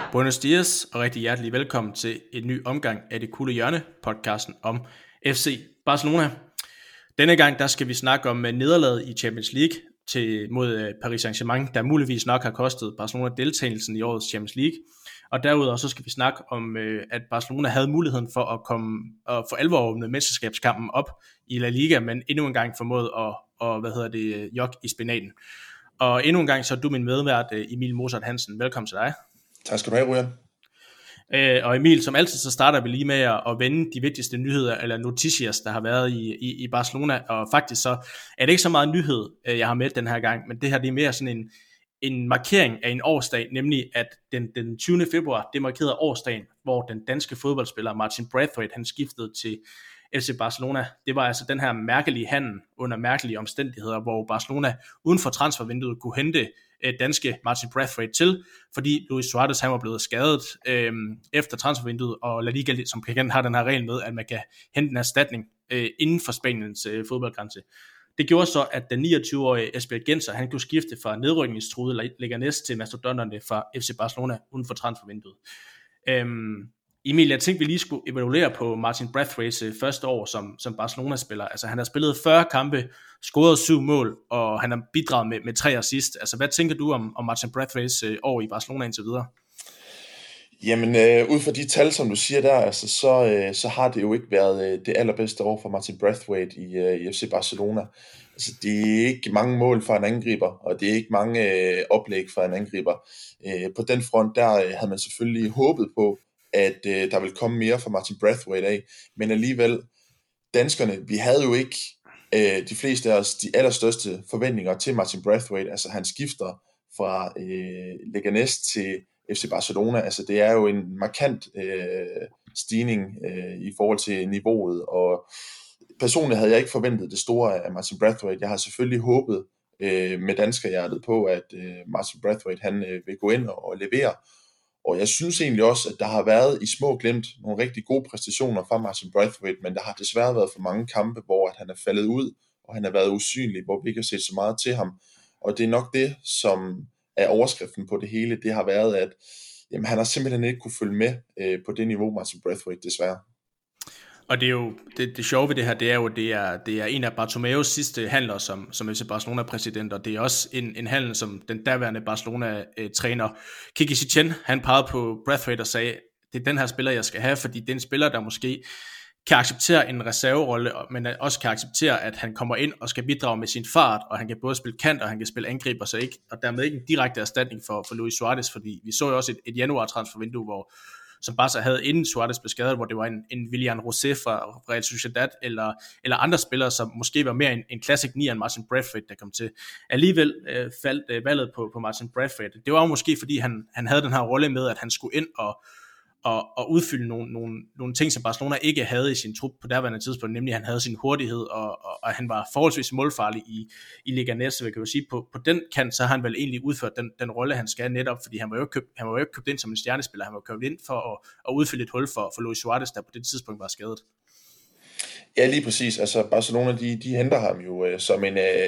Buenos dias og rigtig hjertelig velkommen til en ny omgang af Det Kulde Hjørne, podcasten om FC Barcelona. Denne gang der skal vi snakke om nederlaget i Champions League mod Paris Saint-Germain, der muligvis nok har kostet Barcelona deltagelsen i årets Champions League. Og derudover så skal vi snakke om, at Barcelona havde muligheden for at komme og for alvor åbne mesterskabskampen op i La Liga, men endnu en gang formået at jogge i spinaten. Og endnu en gang så er du min medvært, Emil Mozart Hansen. Velkommen til dig. Tak skal du have, Ryan. Og Emil, som altid, så starter vi lige med at vende de vigtigste nyheder, eller noticias, der har været i Barcelona, og faktisk så er det ikke så meget nyhed, jeg har med den her gang, men det her det er mere sådan en markering af en årsdag, nemlig at den 20. februar, det markerede årsdagen, hvor den danske fodboldspiller Martin Braithwaite, han skiftede til FC Barcelona. Det var altså den her mærkelige handel under mærkelige omstændigheder, hvor Barcelona uden for transfervinduet kunne hente danske Martin Braithwaite til, fordi Luis Suarez han var blevet skadet efter transfervinduet, og La Liga som bekendt har den her regel med, at man kan hente en erstatning inden for Spaniens fodboldgrænse. Det gjorde så, at den 29-årige Esprit Genser, han kunne skifte fra nedrykningstruede Leganés til mastodonterne fra FC Barcelona uden for transfervinduet. Emil, jeg tænkte, vi lige skulle evaluere på Martin Braithwaites første år som Barcelona-spiller. Altså, han har spillet 40 kampe, scoret 7 mål, og han har bidraget med 3 assist. Altså, hvad tænker du om Martin Braithwaites år i Barcelona indtil videre? Jamen, ud fra de tal, som du siger der, altså, så har det jo ikke været det allerbedste år for Martin Braithwaite i FC Barcelona. Altså, det er ikke mange mål for en angriber, og det er ikke mange oplæg for en angriber. På den front, der havde man selvfølgelig håbet på, at der vil komme mere fra Martin Braithwaite af, men alligevel, danskerne, vi havde jo ikke de fleste af os de allerstørste forventninger til Martin Braithwaite. Altså, han skifter fra Leganés til FC Barcelona. Altså, det er jo en markant stigning i forhold til niveauet, og personligt havde jeg ikke forventet det store af Martin Braithwaite. Jeg har selvfølgelig håbet med danskerhjertet på, at Martin Braithwaite han vil gå ind og levere. Og jeg synes egentlig også, at der har været i små glimt nogle rigtig gode præstationer fra Martin Braithwaite, men der har desværre været for mange kampe, hvor han er faldet ud, og han har været usynlig, hvor vi ikke har set så meget til ham. Og det er nok det, som er overskriften på det hele. Det har været, at jamen, han har simpelthen ikke kunne følge med på det niveau, Martin Braithwaite desværre. Og det er jo det sjove ved det her, det er jo, det er en af Bartomeus sidste handler som FC Barcelona-præsident, og det er også en handel, som den daværende Barcelona-træner Quique Setién, han pegede på Braithwaite og sagde, det er den her spiller, jeg skal have, fordi det er en spiller, der måske kan acceptere en reserverolle, men også kan acceptere, at han kommer ind og skal bidrage med sin fart, og han kan både spille kant, og han kan spille angriber, så ikke, og dermed ikke en direkte erstatning for Luis Suarez, fordi vi så jo også et januar-transfervindue, som Barca havde inden Suarez blev skadet, hvor det var en Willian José fra Real Sociedad, eller andre spillere, som måske var mere en classic 9 end Martin Braithwaite, der kom til. Alligevel faldt valget på Martin Braithwaite. Det var jo måske, fordi han havde den her rolle med, at han skulle ind og udfylde nogle ting, som Barcelona ikke havde i sin trup på derværende tidspunkt, nemlig han havde sin hurtighed, og han var forholdsvis målfarlig i Leganés, så vi kan jo sige, på den kant, så har han vel egentlig udført den rolle, han skal netop, fordi han var jo ikke købt ind som en stjernespiller, han var købt ind for at udfylde et hul for Luis Suarez, der på det tidspunkt var skadet. Ja, lige præcis. Altså Barcelona, de henter ham jo som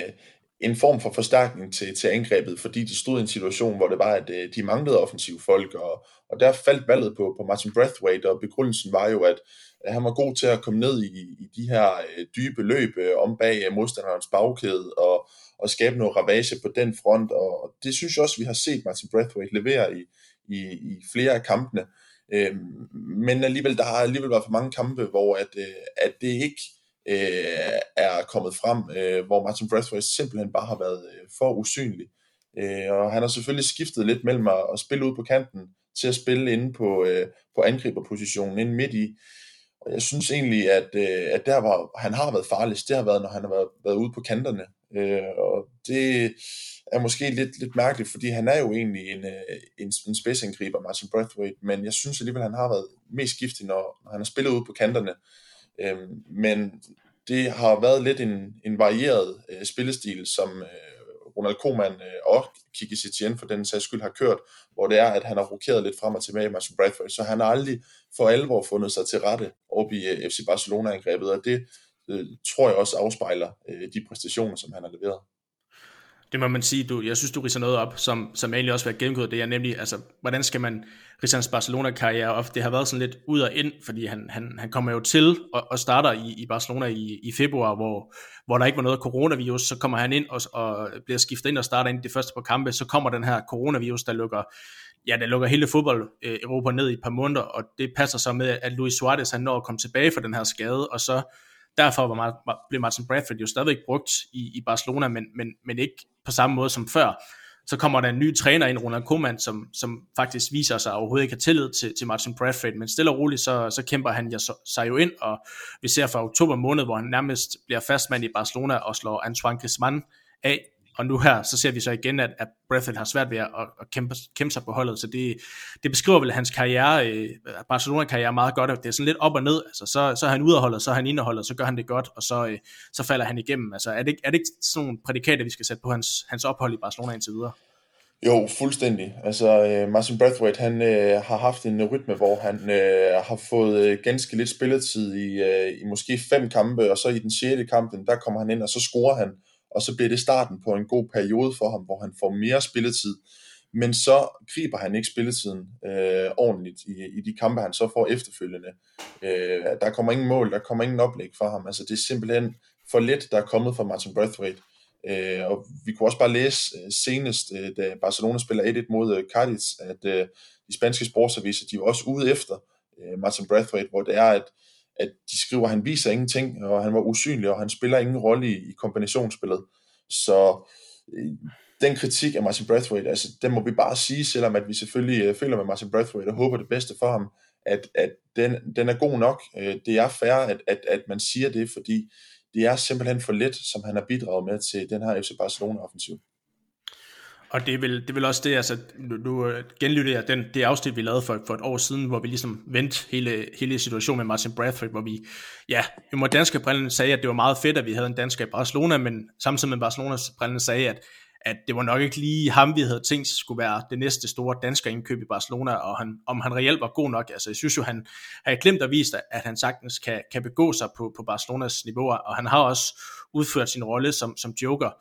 en form for forstærkning til angrebet, fordi de stod i en situation, hvor det var, at de manglede offensive folk, og der faldt valget på Martin Braithwaite, og begrundelsen var jo, at han var god til at komme ned i de her dybe løb om bag modstanderens bagkæde, og skabe noget ravage på den front, og det synes jeg også, vi har set Martin Braithwaite levere i flere af kampene, men alligevel, der har alligevel været for mange kampe, hvor at det ikke er kommet frem, hvor Martin Braithwaite simpelthen bare har været for usynlig. Og han har selvfølgelig skiftet lidt mellem at spille ud på kanten til at spille inde på angriberpositionen, inde midt i. Og jeg synes egentlig, at der hvor han har været farligst, det har været, når han har været ude på kanterne. Og det er måske lidt mærkeligt, fordi han er jo egentlig en spidsangriber, Martin Braithwaite, men jeg synes alligevel, han har været mest giftig, når han har spillet ude på kanterne. Men det har været lidt en varieret spillestil, som Ronald Koeman og Quique Setién for den sags skyld har kørt, hvor det er, at han har rokeret lidt frem og tilbage i Martin Braithwaite, så han har aldrig for alvor fundet sig til rette oppe i FC Barcelona-angrebet, og det tror jeg også afspejler de præstationer, som han har leveret. Det må man sige, jeg synes, du ridser noget op, som egentlig også har været gennemgået. Det er nemlig, altså, hvordan skal man ridse hans Barcelona-karriere op? Det har været sådan lidt ud og ind, fordi han kommer jo til og starter i Barcelona i februar, hvor der ikke var noget coronavirus. Så kommer han ind og bliver skiftet ind og starter ind de første par kampe. Så kommer den her coronavirus, der lukker hele fodbold Europa ned i et par måneder, og det passer så med, at Luis Suarez han når at komme tilbage fra den her skade, og så derfor blev Martin Bradford jo stadigvæk brugt i Barcelona, men ikke på samme måde som før. Så kommer der en ny træner ind, Ronald Koeman, som faktisk viser sig overhovedet ikke har tillid til Martin Bradford, men stille og roligt, så kæmper han sig jo ind, og vi ser fra oktober måned, hvor han nærmest bliver fastmand i Barcelona og slår Antoine Griezmann af, og nu her, så ser vi så igen, at Bradford har svært ved at kæmpe sig på holdet, så det beskriver vel hans karriere, Barcelona-karriere meget godt, at det er sådan lidt op og ned, altså så er han ude af holdet, så er han inde af holdet, så gør han det godt, og så falder han igennem, altså er det ikke sådan nogle prædikater, vi skal sætte på hans ophold i Barcelona indtil videre? Jo, fuldstændig. Altså, Martin Braithwaite, han har haft en rytme, hvor han har fået ganske lidt spilletid i måske 5 kampe, og så i den 6. kamp, der kommer han ind, og så scorer han, og så bliver det starten på en god periode for ham, hvor han får mere spilletid, men så griber han ikke spilletiden ordentligt i de kampe, han så får efterfølgende. Der kommer ingen mål, der kommer ingen oplæg for ham, altså det er simpelthen for let, der er kommet fra Martin Braithwaite. Og vi kunne også bare læse senest, da Barcelona spiller 1-1 mod Cadiz, at de spanske sportsaviser, de var også ude efter Martin Braithwaite, hvor det er, at de skriver, at han viser ingenting, og han var usynlig, og han spiller ingen rolle i kombinationsspillet. Så den kritik af Martin Braithwaite, altså den må vi bare sige, selvom at vi selvfølgelig føler med Martin Braithwaite og håber det bedste for ham, at den er god nok. Det er fair, at man siger det, fordi det er simpelthen for lidt, som han har bidraget med til den her FC Barcelona-offensiv. Og det er vel også det, altså nu genlytter jeg det afsnit, vi lavede for et år siden, hvor vi ligesom vendte hele situationen med Martin Braithwaite, hvor vi med danske brillen sagde, at det var meget fedt, at vi havde en dansker i Barcelona, men samtidig med Barcelonas brillen sagde, at det var nok ikke lige ham, vi havde tænkt skulle være det næste store dansker indkøb i Barcelona, og om han reelt var god nok. Altså jeg synes jo, han har glemt at vise, at han sagtens kan begå sig på Barcelonas niveauer, og han har også udført sin rolle som joker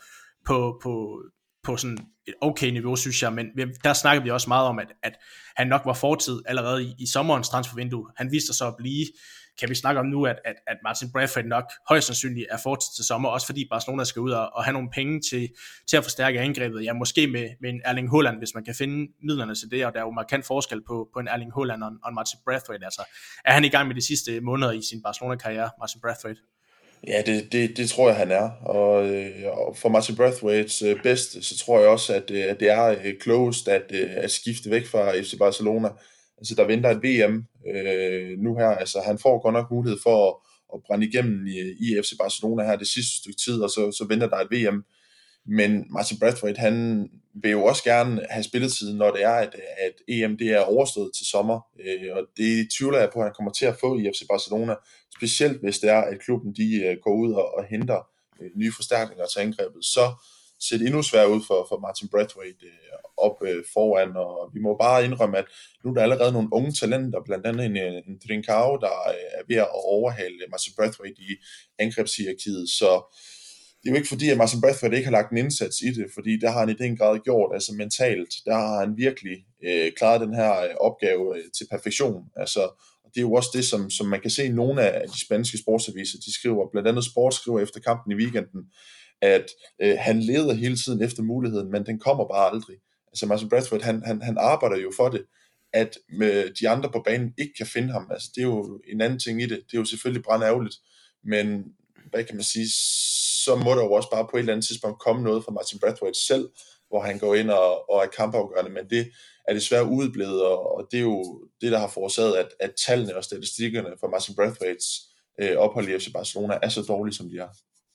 på sådan et okay niveau, synes jeg, men der snakker vi også meget om, at han nok var fortid allerede i sommerens transfervindue. Han viste sig så at blive, kan vi snakke om nu, at Martin Braithwaite nok højst sandsynligt er fortid til sommer, også fordi Barcelona skal ud og have nogle penge til at forstærke angrebet. Ja, måske med en Erling Haaland, hvis man kan finde midlerne til det, og der er jo markant forskel på en Erling Haaland og en Martin Braithwaite. Altså, er han i gang med de sidste måneder i sin Barcelona-karriere, Martin Braithwaite? Ja, det tror jeg, han er. Og for Martin Braithwaites bedste, så tror jeg også, at det er klogest at skifte væk fra FC Barcelona. Altså, der venter et VM nu her. Altså, han får godt nok mulighed for at brænde igennem i FC Barcelona her det sidste stykke tid, og så venter der et VM. Men Martin Braithwaite, han vil jo også gerne have spilletid, når det er, at EM det er overstået til sommer. Og det tvivler jeg på, at han kommer til at få i FC Barcelona. Specielt hvis det er, at klubben de går ud og henter nye forstærkninger til angrebet. Så ser det endnu sværere ud for Martin Braithwaite op foran. Og vi må bare indrømme, at nu er der allerede nogle unge talenter, blandt andet en Trincao, der er ved at overhale Martin Braithwaite i angrebshierarkiet. Så det er jo ikke fordi, at Martin Braithwaite ikke har lagt en indsats i det, fordi der har han i den grad gjort, altså mentalt, der har han virkelig klaret den her opgave til perfektion. Altså, og det er jo også det, som man kan se i nogle af de spanske sportsaviser, de skriver, blandt andet Sport skriver efter kampen i weekenden, at han leder hele tiden efter muligheden, men den kommer bare aldrig. Altså Martin Braithwaite, han arbejder jo for det, at de andre på banen ikke kan finde ham. Altså det er jo en anden ting i det. Det er jo selvfølgelig brandærgerligt, men hvad kan man sige, så må der jo også bare på et eller andet tidspunkt komme noget fra Martin Braithwaite selv, hvor han går ind og er kampafgørende, men det er desværre udeblevet, og det er jo det, der har forårsaget, at tallene og statistikkerne for Martin Braithwaites ophold i FC Barcelona er så dårlige, som de er.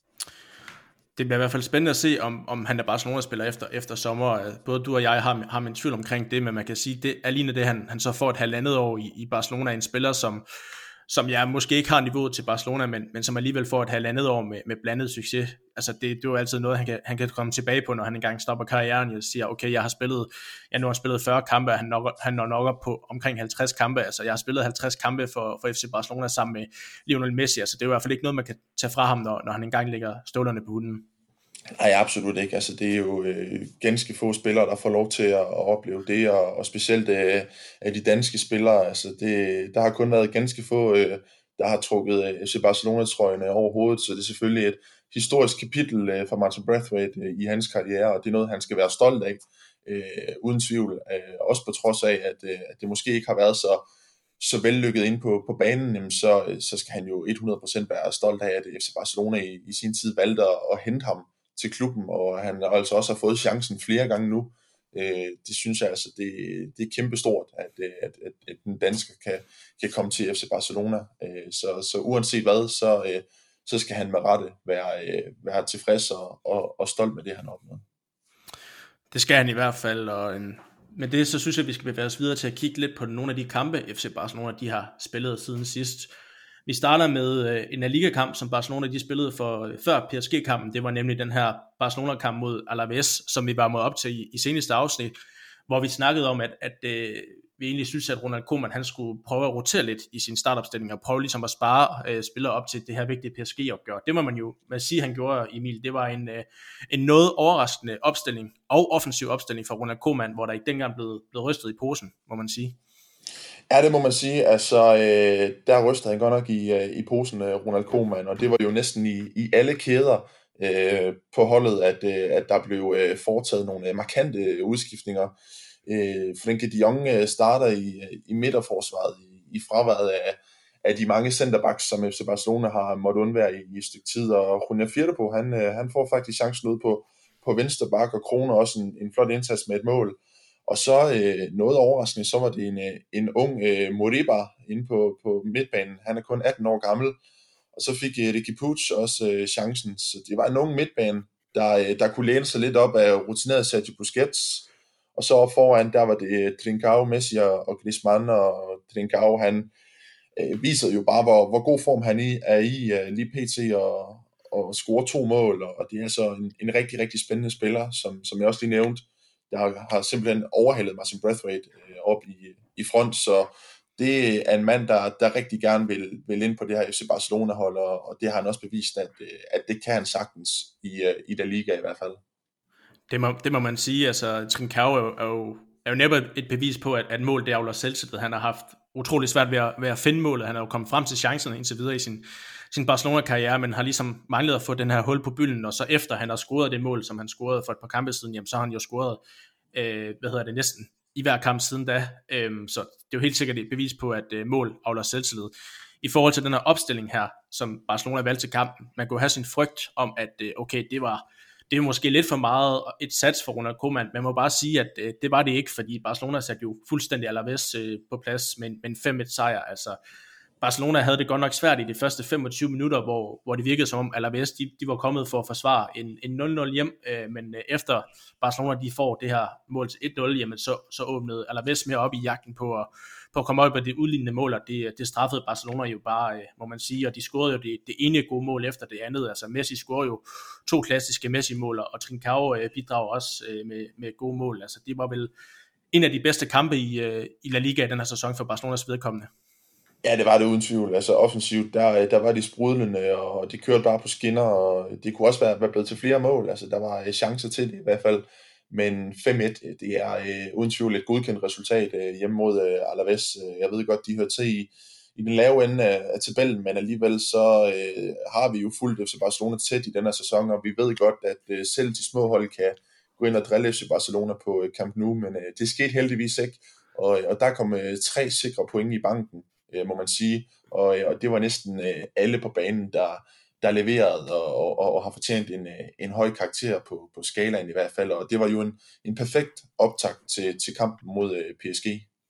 Det bliver i hvert fald spændende at se, om han er Barcelona-spiller efter sommer. Både du og jeg har min tvivl omkring det, men man kan sige, det er lige det, han så får et halvandet år i Barcelona, en spiller, som jeg måske ikke har niveauet til Barcelona, men som alligevel får et halvandet år med blandet succes. Altså det er jo altid noget, han kan komme tilbage på, når han engang stopper karrieren. Jeg siger, okay, jeg nu har spillet 40 kampe, og han når nok op på omkring 50 kampe. Altså jeg har spillet 50 kampe for FC Barcelona sammen med Lionel Messi. Altså det er jo i hvert fald ikke noget, man kan tage fra ham, når han engang lægger støvlerne på hunden. Nej, absolut ikke. Altså, det er jo ganske få spillere, der får lov til at opleve det, og specielt af de danske spillere. Altså, der har kun været ganske få, der har trukket FC Barcelona-trøjerne over hovedet, så det er selvfølgelig et historisk kapitel for Martin Braithwaite i hans karriere, og det er noget, han skal være stolt af, uden tvivl. Også på trods af, at det måske ikke har været så vellykket ind på banen, jamen så skal han jo 100% være stolt af, at FC Barcelona i sin tid valgte at hente ham til klubben, og han altså også har fået chancen flere gange nu. Det synes jeg altså, det er kæmpestort, at den dansker kan komme til FC Barcelona. Så uanset hvad, så skal han med rette være tilfreds og stolt med det, han har opnået. Det skal han i hvert fald, og med det så synes jeg, at vi skal bevæge os videre til at kigge lidt på nogle af de kampe, FC Barcelona de har spillet siden sidst. Vi starter med en Liga-kamp, som Barcelona de spillede før PSG-kampen. Det var nemlig den her Barcelona-kamp mod Alaves, som vi var med op til i seneste afsnit, hvor vi snakkede om, at vi egentlig synes, at Ronald Koeman han skulle prøve at rotere lidt i sin startopstilling og prøve ligesom at spare spillere op til det her vigtige PSG-opgør. Det må man jo sige, han gjorde, Emil. Det var en noget overraskende opstilling og offensiv opstilling fra Ronald Koeman, hvor der ikke dengang blev rystet i posen, må man sige. Ja, det må man sige. Altså, der rystede han godt nok i posen, Ronald Koeman, og det var jo næsten i alle kæder på holdet, at der blev foretaget nogle markante udskiftninger. Frenkie de Jong starter i midterforsvaret i fraværet af de mange centerbacks, som FC Barcelona har måttet undvære i et stykke tid, og Junior Firpo, han får faktisk chancen ud på venstre bak, og kroner også en flot indsats med et mål. Og så noget overraskende, så var det en ung Moriba inde på midtbanen. Han er kun 18 år gammel, og så fik Riqui Puig også chancen. Så det var en ung midtbane, der kunne læne sig lidt op af rutineret Sergio Busquets. Og så foran, der var det Trincao, Messi og Griezmann, og Trincao, han viser jo bare, hvor god form han er i lige pt. Og score 2 mål, og det er altså en rigtig, rigtig spændende spiller, som jeg også lige nævnte, der har simpelthen overhældet Martin Braithwaite op i front, så det er en mand, der rigtig gerne vil ind på det her FC Barcelona-hold, og det har han også bevist, at det kan han sagtens i La Liga i hvert fald. Det må man sige. Altså, Trincao er jo næppe et bevis på, at mål det afler selvtillid. Han har haft utrolig svært ved at finde målet. Han har jo kommet frem til chancerne indtil videre i sin Barcelona-karriere, men har ligesom manglet at få den her hul på bylden, og så efter han har scoret det mål, som han scorede for et par kampe siden, jamen, så har han jo scoret næsten i hver kamp siden da. Så det er jo helt sikkert et bevis på, at mål avler selvtillid. I forhold til den her opstilling her, som Barcelona valgte til kampen, man kunne have sin frygt om, at okay, det er måske lidt for meget et sats for Ronald Koeman. Man må bare sige, at det var det ikke, fordi Barcelona satte jo fuldstændig Alaves på plads med en 5-1 sejr. Altså, Barcelona havde det godt nok svært i de første 25 minutter, hvor det virkede som om Alaves de var kommet for at forsvare en 0-0 hjem, men efter Barcelona de får det her mål til 1-0, jamen så åbnede Alaves mere op i jagten på at komme op på det udlignende mål, og det straffede Barcelona jo bare, må man sige, og de scorede jo det ene gode mål efter det andet. Altså Messi scorede jo 2 klassiske Messi-mål, og Trincao bidrager også med gode mål. Altså det var vel en af de bedste kampe i La Liga i den her sæson for Barcelonas vedkommende. Ja, det var det uden tvivl. Altså offensivt, der var de sprudlende, og de kørte bare på skinner, og det kunne også være blevet til flere mål. Altså der var chancer til det i hvert fald. Men 5-1, det er uden tvivl et godkendt resultat hjemme mod Alaves. Jeg ved godt, de hører til i den lave ende af tabellen, men alligevel så har vi jo fulgt FC Barcelona tæt i den her sæson, og vi ved godt, at selv de små hold kan gå ind og drille FC Barcelona på Camp Nou, men det skete heldigvis ikke. Og der kom 3 sikre point i banken, må man sige, og det var næsten alle på banen, der leverede og har fortjent en høj karakter på skalaen i hvert fald, og det var jo en perfekt optakt til kampen mod PSG.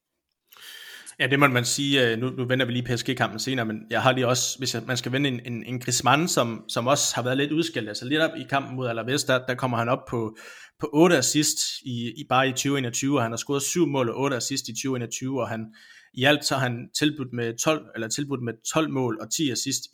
Ja, det må man sige. Nu vender vi lige PSG-kampen senere, men jeg har lige også, hvis man skal vende en Griezmann, som også har været lidt udskilt, altså lidt op i kampen mod Alaves, der kommer han op på 8 assist bare i 2021, og han har scoret 7 mål og 8 assist i 2021, og han i alt så har han tilbudt med 12 mål og 10 assist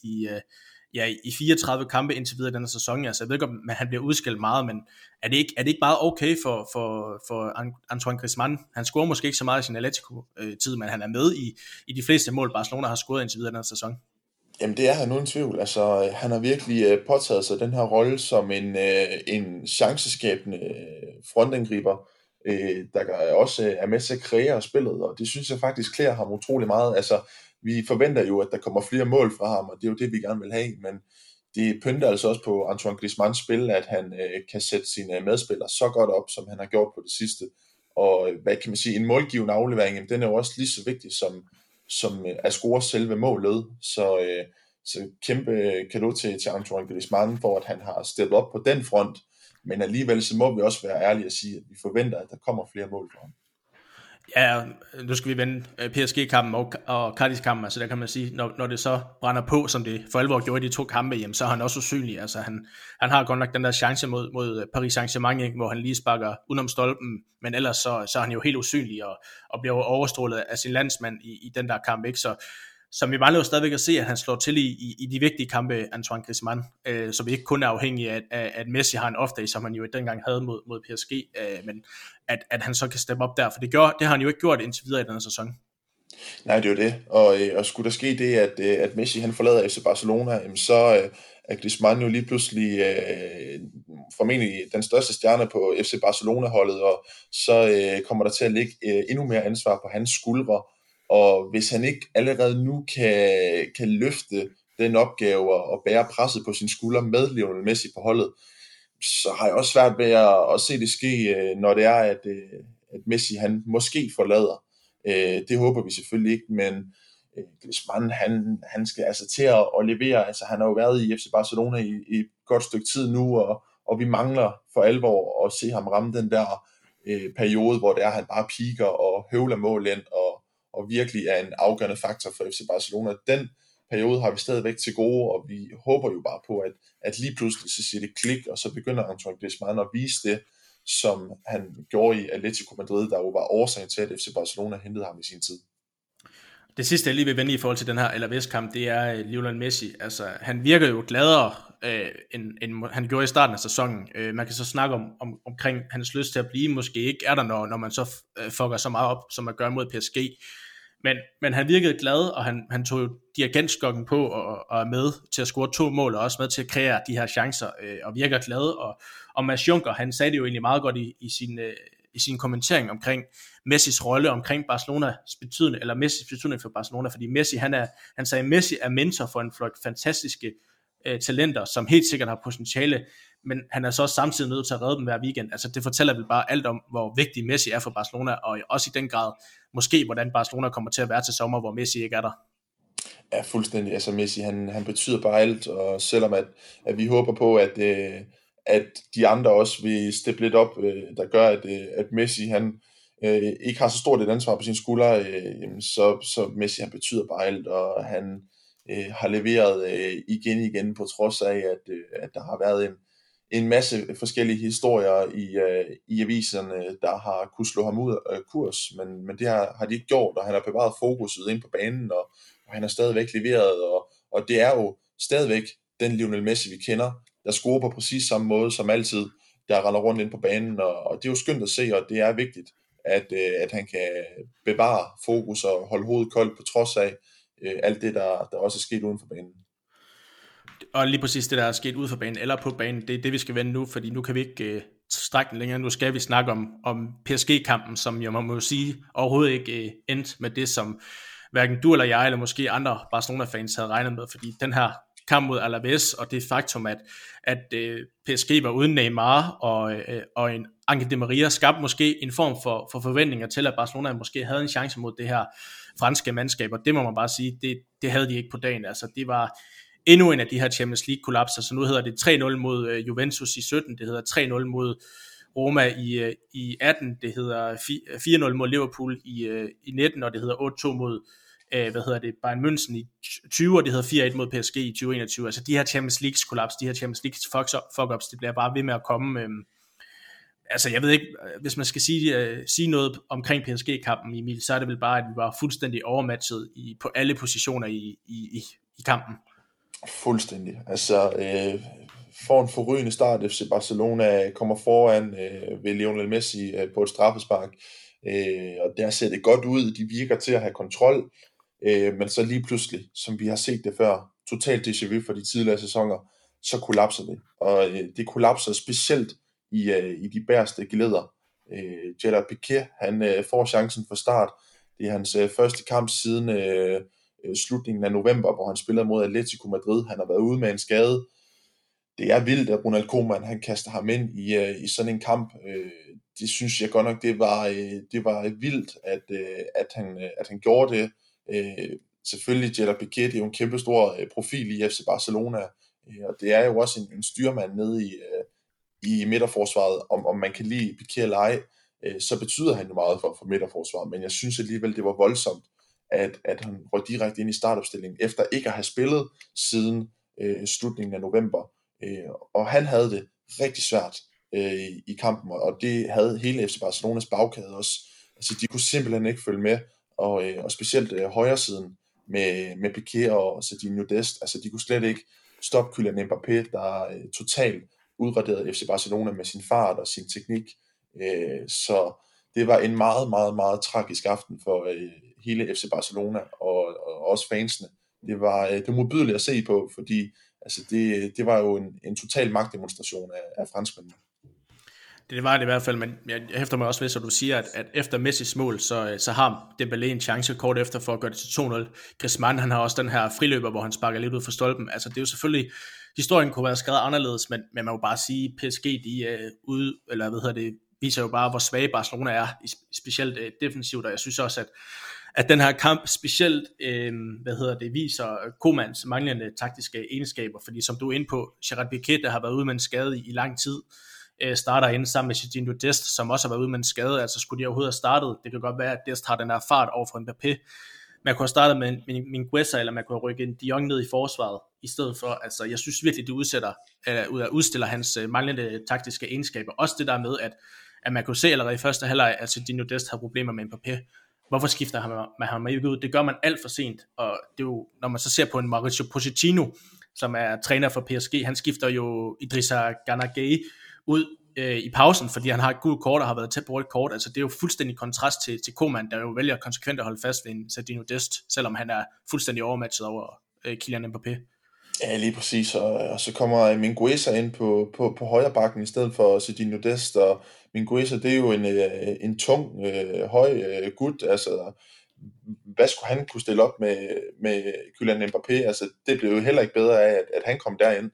i 34 kampe indtil videre i denne sæson. Altså jeg ved ikke, om han bliver udskilt meget, men er det ikke meget okay for Antoine Griezmann? Han scorer måske ikke så meget i sin Atletico-tid, men han er med i de fleste mål, Barcelona har scoret indtil videre i denne sæson. Jamen det er han uden tvivl. Altså, han har virkelig påtaget sig den her rolle som en chanceskabende frontangriber, der også er med til at kreere spillet, og det synes jeg faktisk klæder ham utrolig meget. Altså, vi forventer jo, at der kommer flere mål fra ham, og det er jo det, vi gerne vil have, men det pynter altså også på Antoine Griezmanns spil, at han kan sætte sine medspillere så godt op, som han har gjort på det sidste. Og hvad kan man sige, en målgivende aflevering, jamen, den er jo også lige så vigtig som at score selve målet. Så kæmpe cadeau til Antoine Griezmann for, at han har steppet op på den front, men alligevel så må vi også være ærlige og sige, at vi forventer, at der kommer flere mål fra ham. Ja, nu skal vi vende PSG-kampen og Cardis-kampen, altså der kan man sige, når det så brænder på, som det for alvor gjorde i de to kampe, jamen, så er han også usynlig. Altså han har godt nok den der chance mod Paris Saint-Germain, hvor han lige sparker udenom stolpen, men ellers så er han jo helt usynlig og bliver overstrålet af sin landsmand i den der kamp, ikke? Så vi mangler jo stadigvæk at se, at han slår til i de vigtige kampe, Antoine Griezmann, så vi ikke kun er afhængige af, at Messi har en off-day, som han jo dengang havde mod PSG, men at han så kan steppe op der, for det har han jo ikke gjort indtil videre i denne sæson. Nej, det er jo det, og skulle der ske det, at Messi han forlader FC Barcelona, så er Griezmann jo lige pludselig formentlig den største stjerne på FC Barcelona-holdet, og så kommer der til at ligge endnu mere ansvar på hans skuldre, og hvis han ikke allerede nu kan løfte den opgave og bære presset på sine skuldre med Lionel Messi på holdet, så har jeg også svært ved at se det ske, når det er, at Messi han måske forlader. Det håber vi selvfølgelig ikke, men Griezmann han skal altså til at levere. Altså, han har jo været i FC Barcelona i et godt stykke tid nu, og vi mangler for alvor at se ham ramme den der periode, hvor det er, han bare piker og høvler mål ind, og virkelig er en afgørende faktor for FC Barcelona. Den periode har vi stadigvæk til gode, og vi håber jo bare på, at lige pludselig så siger det klik, og så begynder Antoine Griezmann at vise det, som han gjorde i Atletico Madrid, der jo var årsagen til, at FC Barcelona hentede ham i sin tid. Det sidste, jeg lige vil vende i forhold til den her Alaves-kamp, det er Lionel Messi. Altså, han virker jo gladere, end han gjorde i starten af sæsonen. Man kan så snakke omkring hans lyst til at blive, måske ikke er der, når man så fucker så meget op, som man gør mod PSG. Men han virkede glad, og han tog jo dirigentskokken på og er med til at score 2 mål, og også med til at kreere de her chancer, og virker glad. Og Mads Juncker, han sagde det jo egentlig meget godt i sin kommentering omkring Messis rolle, omkring Barcelonas betydning, eller Messis betydning for Barcelona, fordi Messi, han sagde, Messi er mentor for en flok fantastiske talenter, som helt sikkert har potentiale, men han er så også samtidig nødt til at redde dem hver weekend. Altså det fortæller vel bare alt om, hvor vigtig Messi er for Barcelona, og også i den grad, måske hvordan Barcelona kommer til at være til sommer, hvor Messi ikke er der. Ja, fuldstændig. Altså Messi, han betyder bare alt, og selvom at vi håber på, at de andre også vil steppe lidt op, der gør, at Messi, han ikke har så stort et ansvar på sine skuldre, så Messi, han betyder bare alt, og han har leveret igen på trods af, at der har været en masse forskellige historier i aviserne, der har kunne slå ham ud af kurs, men det har de ikke gjort, og han har bevaret fokuset ind på banen, og han har stadigvæk leveret, og det er jo stadigvæk den Lionel Messi, vi kender, der scorer på præcis samme måde som altid, der render rundt ind på banen, og det er jo skønt at se, og det er vigtigt, at han kan bevare fokus og holde hovedet koldt på trods af alt det, der også er sket uden for banen. Og lige præcis det, der er sket ude for banen eller på banen, det er det, vi skal vende nu, fordi nu kan vi ikke strække den længere. Nu skal vi snakke om PSG-kampen, som jo man må sige overhovedet ikke endte med det, som hverken du eller jeg, eller måske andre Barcelona-fans havde regnet med, fordi den her kamp mod Alaves, og det faktum, at PSG var uden Neymar, og en Angel Di Maria skabte måske en form for forventninger til, at Barcelona måske havde en chance mod det her franske mandskab, og det må man bare sige, det havde de ikke på dagen. Altså, det var endnu en af de her Champions League-kollapser, så nu hedder det 3-0 mod Juventus i 17, det hedder 3-0 mod Roma i 18, det hedder 4-0 mod Liverpool i 19, og det hedder 8-2 mod Bayern München i 20, og det hedder 4-1 mod PSG i 2021. Altså de her Champions League kollaps, de her Champions League fuck-ups, det bliver bare ved med at komme. Altså jeg ved ikke, hvis man skal sige noget omkring PSG-kampen, Emil, så er det vel bare, at vi var fuldstændig overmatchet på alle positioner i kampen. Fuldstændig. Altså får en forrygende start. FC Barcelona kommer foran ved Lionel Messi på et straffespark, og der ser det godt ud. De virker til at have kontrol, men så lige pludselig, som vi har set det før, totalt déjà vu for de tidligere sæsoner, så kollapser det. Og det kollapser specielt i de bagerste geleder. Gerard Piqué, han får chancen fra start. Det er hans første kamp siden slutningen af november, hvor han spiller mod Atletico Madrid. Han har været ude med en skade. Det er vildt, at Ronald Koeman han kaster ham ind i sådan en kamp. Det synes jeg godt nok, det var vildt, at han gjorde det. Selvfølgelig Gerard Piqué, det er jo en kæmpe stor profil i FC Barcelona, og det er jo også en styrmand nede i midterforsvaret. Om man kan lide Piqué eller ej, så betyder han jo meget for midterforsvaret, men jeg synes alligevel, det var voldsomt, at han røg direkte ind i startopstillingen, efter ikke at have spillet siden slutningen af november. Og han havde det rigtig svært i kampen, og det havde hele FC Barcelonas bagkæde også. Altså, de kunne simpelthen ikke følge med, og specielt højre siden med Piqué og Serginho Dest, altså de kunne slet ikke stoppe Kylian Mbappé, der totalt udraderede FC Barcelona med sin fart og sin teknik. Så det var en meget, meget, meget tragisk aften for hele FC Barcelona og også fansene. Det var modbydeligt at se på, fordi altså det var jo en total magtdemonstration af franskmændene. Det var det i hvert fald, men jeg hæfter mig også ved, så du siger, at efter Messis mål, så har Dembélé en chance kort efter for at gøre det til 2-0. Griezmann, han har også den her friløber, hvor han sparker lidt ud for stolpen. Altså det er jo selvfølgelig, historien kunne være skrevet anderledes, men man må bare sige, PSG, viser jo bare, hvor svage Barcelona er, specielt defensivt, og jeg synes også, at den her kamp specielt viser Koemans manglende taktiske egenskaber, fordi som du er inde på, Gerard Piqué, der har været ude med en skade i lang tid, starter inde sammen med Serginho Dest, som også har været ude med en skade, altså skulle de overhovedet have startet, det kan godt være, at Dest har den her fart over for Mbappé, man kunne have startet med Mingueza, eller man kunne have rykket en De Jong ned i forsvaret, i stedet for, altså jeg synes virkelig, det udstiller hans manglende taktiske egenskaber, også det der med, at man kunne se allerede i første halvleg, at Serginho Dest har problemer med Mbappé. Hvorfor skifter man ham ikke ud? Det gør man alt for sent, og det er jo, når man så ser på en Mauricio Pochettino, som er træner for PSG, han skifter jo Idrissa Gana Gueye ud i pausen, fordi han har et gult kort og har været tæt på rødt kort. Altså det er jo fuldstændig kontrast til Koeman, der jo vælger konsekvent at holde fast ved en Serginho Dest, selvom han er fuldstændig overmatchet over Kylian Mbappé. Ja, lige præcis, og så kommer Mingueza ind på højre bakken i stedet for Serginho Dest, og Mingueza, det er jo en tung, høj gut, altså hvad skulle han kunne stille op med Kylian Mbappé, altså det blev jo heller ikke bedre af, at han kom derind,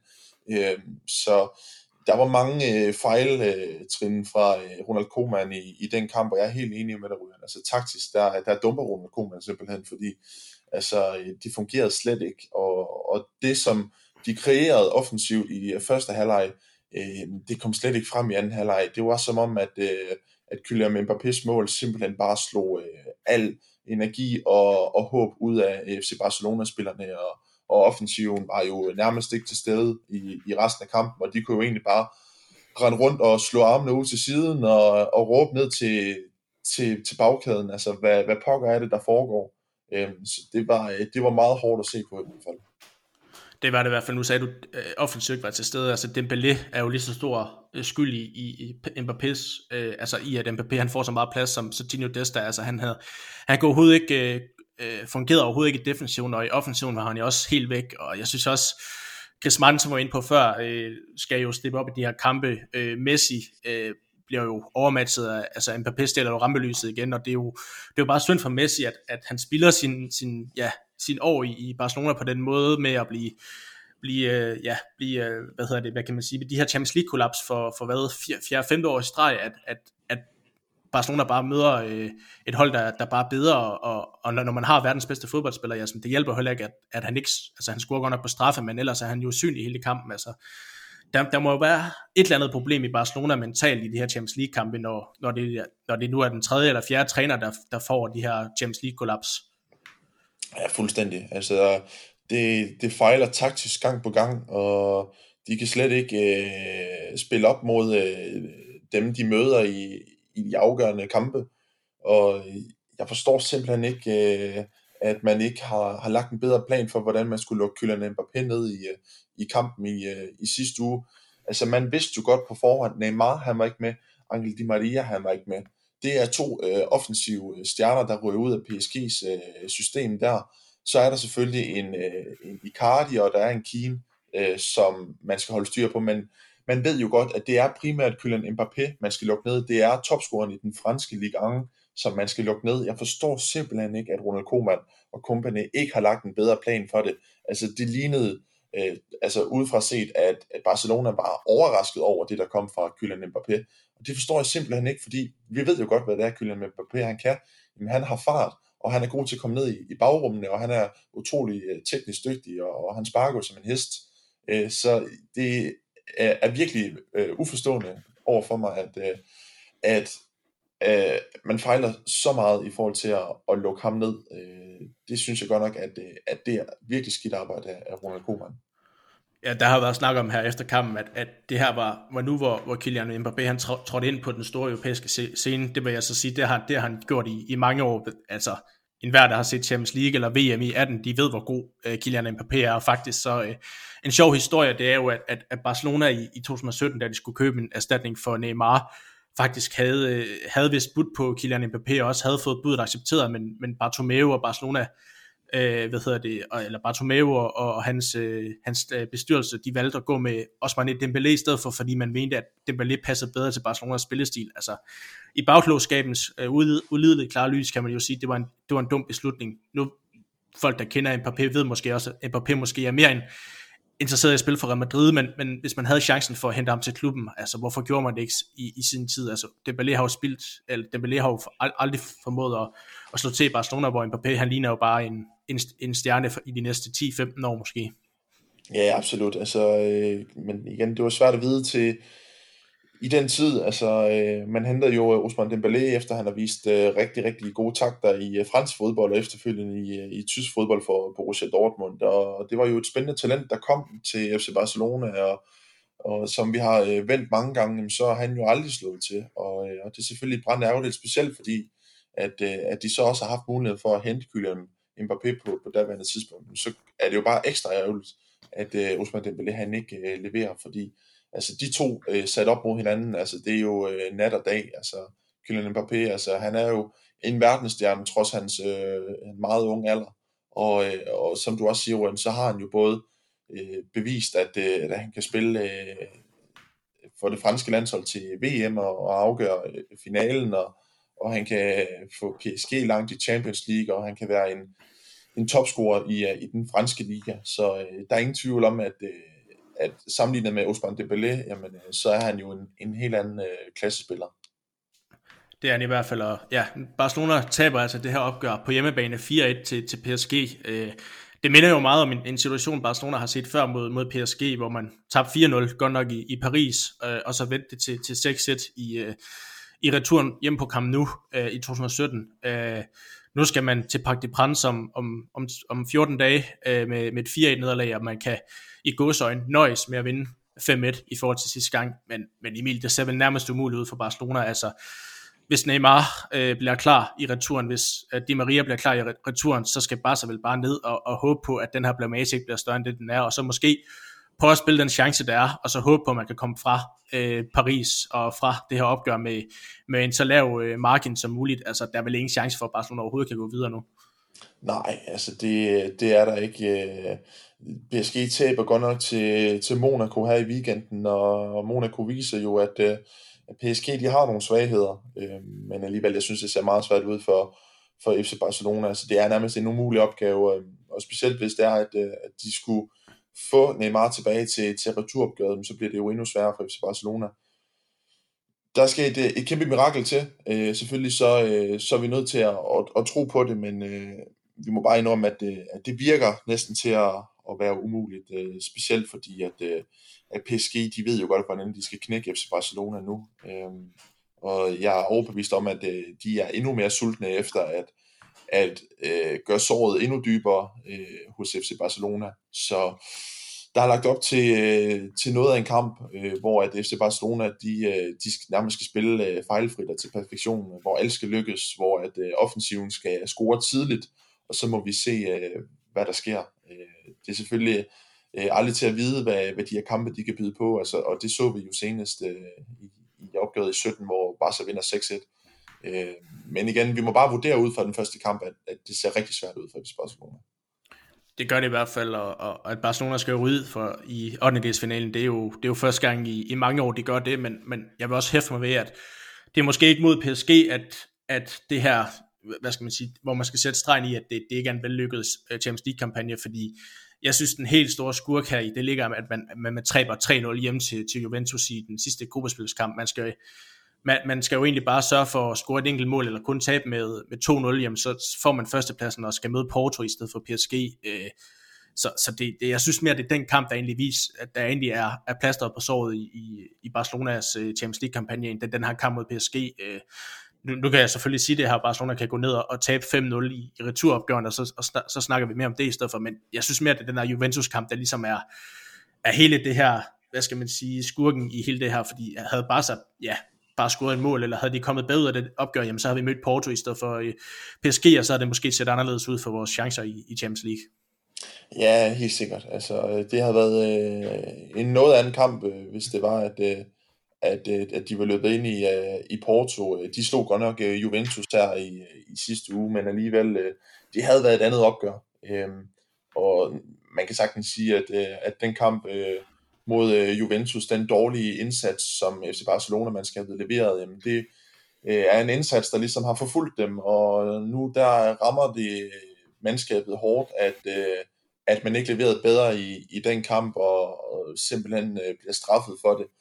så der var mange fejltrin fra Ronald Koeman i den kamp, og jeg er helt enig med dig, Ryan. Altså taktisk, der dumper Ronald Koeman simpelthen, fordi altså, det fungerede slet ikke, og det som de kreerede offensivt i første halvleg, det kom slet ikke frem i anden halvleg. Det var som om, at Kylian Mbappés mål simpelthen bare slog al energi og håb ud af FC Barcelona-spillerne, og offensiven var jo nærmest ikke til stede i resten af kampen, og de kunne jo egentlig bare rende rundt og slå armene ud til siden og råbe ned til bagkæden, altså hvad pokker er det, der foregår. Så det var meget hårdt at se på i hvert fald. Det var det i hvert fald. Nu sagde du, offensivt var til stede. Altså Dembélé er jo lige så stor skyld i Mbappés, altså i at Mbappé han får så meget plads som Serginho Dest. Altså han kunne overhovedet ikke fungerede overhovedet ikke i defensiven, og i offensiven var han jo også helt væk. Og jeg synes også, Griezmann, som var inde på før, skal jo steppe op i de her kampe. Messi bliver jo overmatchet af, altså Mbappé stiller jo rampelyset igen, og det er jo bare synd for Messi, at han spiller sin år i Barcelona på den måde med at blive hvad kan man sige, de her Champions League kollaps for hvad, 4-5 år i streg, at Barcelona bare møder et hold, der bare er bedre, og når man har verdens bedste fodboldspiller, ja, det hjælper heller ikke, at han ikke, altså han scorer godt nok på straffe, men ellers er han jo usynlig i hele kampen, altså der må jo være et eller andet problem i Barcelona mentalt i de her Champions League-kampe, når det nu er den tredje eller fjerde træner, der får de her Champions League-kollaps. Ja, fuldstændig. Altså, det fejler taktisk gang på gang, og de kan slet ikke spille op mod dem, de møder i de afgørende kampe. Og jeg forstår simpelthen ikke, at man ikke har lagt en bedre plan for, hvordan man skulle lukke Kylian Mbappé ned i kampen i sidste uge. Altså, man vidste jo godt på forhånd, Neymar, han var ikke med, Angel Di Maria, han var ikke med. Det er to offensive stjerner, der ryger ud af PSG's system der. Så er der selvfølgelig en Icardi, og der er en Keane, som man skal holde styr på, men man ved jo godt, at det er primært Kylian Mbappé, man skal lukke ned. Det er topscoreren i den franske Ligue 1, som man skal lukke ned. Jeg forstår simpelthen ikke, at Ronald Koeman og company ikke har lagt en bedre plan for det. Altså, det lignede, udefra set, at Barcelona var overrasket over det, der kom fra Kylian Mbappé. Og det forstår jeg simpelthen ikke, fordi vi ved jo godt, hvad det er, Kylian Mbappé han kan. Jamen, han har fart, og han er god til at komme ned i bagrummene, og han er utrolig teknisk dygtig, og han sparker som en hest. Så det er virkelig uforstående over for mig, at man fejler så meget i forhold til at lukke ham ned. Det synes jeg godt nok, at det er virkelig skidt arbejde af Ronald Koeman. Ja, der har været snak om her efter kampen, at det her var nu, hvor Kylian Mbappé han trådte ind på den store europæiske scene. Det vil jeg så sige, det har han gjort i mange år. Altså, enhver, der har set Champions League eller VM i 18, de ved, hvor god Kylian Mbappé er. Og faktisk så en sjov historie, det er jo, at Barcelona i 2017, da de skulle købe en erstatning for Neymar, faktisk havde vist budt på Kylian Mbappé, og også havde fået budet accepteret, men Bartomeu og Barcelona, eller Bartomeu og hans bestyrelse, de valgte at gå med Ousmane Dembélé i stedet for, fordi man mente, at Dembélé passede bedre til Barcelonas spillestil. Altså, i bagklogskabens ulidelige klare lys, kan man jo sige, det var en dum beslutning. Nu, folk, der kender Mbappé, ved måske også, at Mbappé måske er mere interesseret i at spille for Real Madrid, men hvis man havde chancen for at hente ham til klubben, altså hvorfor gjorde man det ikke i sin tid? Altså Dembélé har jo aldrig formået at slå til i Barcelona, hvor Mbappé, han ligner jo bare en stjerne i de næste 10-15 år måske. Ja, absolut. Altså, men igen, det var svært at vide til i den tid. Altså, man hentede jo Ousmane Dembélé, efter han har vist rigtig, rigtig gode takter i fransk fodbold, og efterfølgende i tysk fodbold for Borussia Dortmund. Og det var jo et spændende talent, der kom til FC Barcelona, og som vi har vendt mange gange, så har han jo aldrig slået til. Og det er selvfølgelig brandærgerligt, specielt fordi, at de så også har haft mulighed for at hente Kylian Mbappé på daværende tidspunkt. Så er det jo bare ekstra ærgerligt, at Ousmane Dembélé han ikke leverer, fordi altså de to sat op mod hinanden, altså det er jo nat og dag. Altså Kylian Mbappé, altså han er jo en verdensstjerne trods hans meget unge alder, og som du også siger, Ruben, så har han jo både bevist, at han kan spille for det franske landshold til VM og afgøre finalen, og han kan få PSG langt i Champions League, og han kan være en topscorer i den franske liga. Så der er ingen tvivl om, at sammenlignet med Ousmane Dembélé, jamen, så er han jo en helt anden klassespiller. Det er han i hvert fald, og ja, Barcelona taber altså det her opgør på hjemmebane 4-1 til PSG. Det minder jo meget om en situation, Barcelona har set før mod PSG, hvor man tabte 4-0, godt nok i Paris, og så vendte det til 6-1 i returen hjem på Camp Nou i 2017. Nu skal man til Parc des Princes om 14 dage med et 4-1 nederlag, og man kan i gåseøjne nøjes med at vinde 5-1 i forhold til sidste gang, men Emil, det ser vel nærmest umuligt ud for Barcelona. Altså, hvis Neymar bliver klar i returen, hvis Di Maria bliver klar i returen, så skal Barca vel bare ned og håbe på, at den her blamage ikke bliver større end det, den er, og så måske prøve at spille den chance, der er, og så håbe på, at man kan komme fra Paris og fra det her opgør med en så lav margin som muligt. Altså, der er vel ingen chance for, at Barcelona overhovedet kan gå videre nu. Nej, altså det er der ikke. PSG taber godt nok til Monaco her i weekenden, og Monaco viser jo, at PSG de har nogle svagheder, men alligevel, jeg synes, det ser meget svært ud for FC Barcelona. Altså, det er nærmest en umulig opgave, og specielt hvis det er, at de skulle få Neymar tilbage til returopgøret, så bliver det jo endnu sværere for FC Barcelona. Der skal et kæmpe mirakel til. Selvfølgelig så er vi nødt til at tro på det, men vi må bare indrømme, at det virker næsten til at være umuligt. Specielt fordi, at PSG, de ved jo godt, hvordan de skal knække FC Barcelona nu. Og jeg er overbevist om, at de er endnu mere sultne efter at gøre såret endnu dybere hos FC Barcelona. Så der er lagt op til noget af en kamp, hvor at FC Barcelona de nærmest skal spille fejlfrit og til perfektion, hvor alt skal lykkes, hvor at offensiven skal score tidligt, og så må vi se, hvad der sker. Det er selvfølgelig aldrig til at vide, hvad de her kampe de kan byde på, altså, og det så vi jo senest i opgøret i 17, hvor Barca vinder 6-1. Men igen, vi må bare vurdere ud fra den første kamp, at det ser rigtig svært ud for FC Barcelona. Det gør det i hvert fald, og at Barcelona skal ryge for i 8. finalen, det er jo første gang i mange år, de gør det, men jeg vil også hæfte mig ved, at det er måske ikke mod PSG, at det her, hvad skal man sige, hvor man skal sætte stregen i, at det ikke er en vellykket Champions League-kampagne, fordi jeg synes, den helt store skurk her i, det ligger, at man taber 3-0 hjem til Juventus i den sidste gruppespilskamp. Man skal jo egentlig bare sørge for at score et enkelt mål, eller kun tabe med 2-0, jamen så får man førstepladsen og skal møde Porto i stedet for PSG. Så jeg synes mere, det er den kamp, der egentlig viser, at der egentlig er plasteret på såret i Barcelonas Champions League-kampagne, end den her kamp mod PSG. Nu kan jeg selvfølgelig sige det her, Barcelona kan gå ned og tabe 5-0 i returopgøren, og så snakker vi mere om det i stedet for, men jeg synes mere, at det er den her Juventus-kamp, der ligesom er hele det her, hvad skal man sige, skurken i hele det her, fordi havde Barca, bare scoret et mål, eller havde de kommet bedre ud af det opgør, jamen så havde vi mødt Porto i stedet for PSG, og så havde det måske set anderledes ud for vores chancer i Champions League. Ja, helt sikkert. Altså, det har været en noget anden kamp, hvis det var, at de var løbet ind i Porto. De slog godt nok Juventus her i sidste uge, men alligevel, det havde været et andet opgør. Og man kan sagtens sige, at den kamp mod Juventus, den dårlige indsats, som FC Barcelona-mandskabet leverede, jamen det er en indsats, der ligesom har forfulgt dem, og nu der rammer det mandskabet hårdt, at man ikke leverede bedre i den kamp, og simpelthen bliver straffet for det.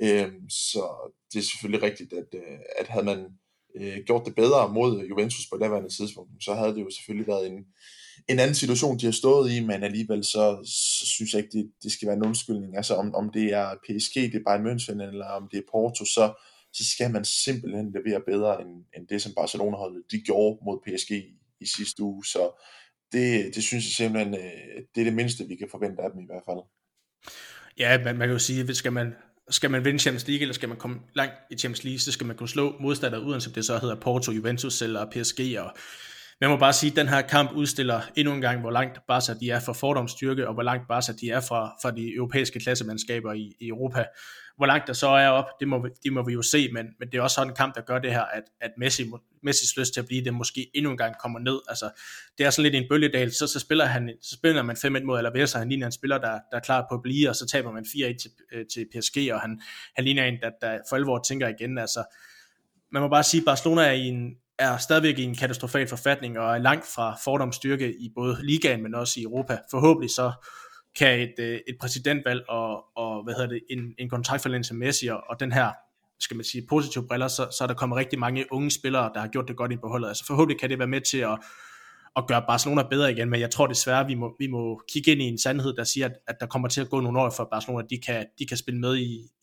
Så det er selvfølgelig rigtigt, at havde man gjort det bedre mod Juventus på daværende tidspunkt, så havde det jo selvfølgelig været en anden situation, de har stået i, men alligevel så synes jeg ikke, det skal være en undskyldning. Altså om det er PSG, det er Bayern München, eller om det er Porto, så skal man simpelthen levere bedre end det, som Barcelona-holdet de gjorde mod PSG i sidste uge. Så det synes jeg simpelthen, det er det mindste, vi kan forvente af dem i hvert fald. Ja, man kan jo sige, skal man vinde Champions League, eller skal man komme langt i Champions League, så skal man kunne slå modstandere, uanset det så hedder Porto, Juventus eller PSG. Og man må bare sige, at den her kamp udstiller endnu en gang, hvor langt Barca de er fra fordomsstyrke, og hvor langt Barca de er fra de europæiske klassemandskaber i Europa. Hvor langt der så er op, det må vi jo se, men det er også sådan en kamp, der gør det her, at Messis lyst til at blive det måske endnu en gang kommer ned. Altså, det er sådan lidt en bølgedal, så spiller man 5-1 mod Alaves, og han ligner en spiller, der er klar på at blive, og så taber man 4-1 til PSG, og han ligner en, der for alvor tænker igen. Altså, man må bare sige, at Barcelona er stadigvæk i en katastrofal forfatning, og er langt fra fordomsstyrke i både ligaen, men også i Europa. Forhåbentlig så kan et præsidentvalg og en kontraktforlængelse med Messi og den her, skal man sige, positive briller, så er der kommet rigtig mange unge spillere, der har gjort det godt ind på holdet. Altså forhåbentlig kan det være med til at gøre Barcelona bedre igen, men jeg tror desværre, vi må kigge ind i en sandhed, der siger, at der kommer til at gå nogle år for Barcelona, de kan spille med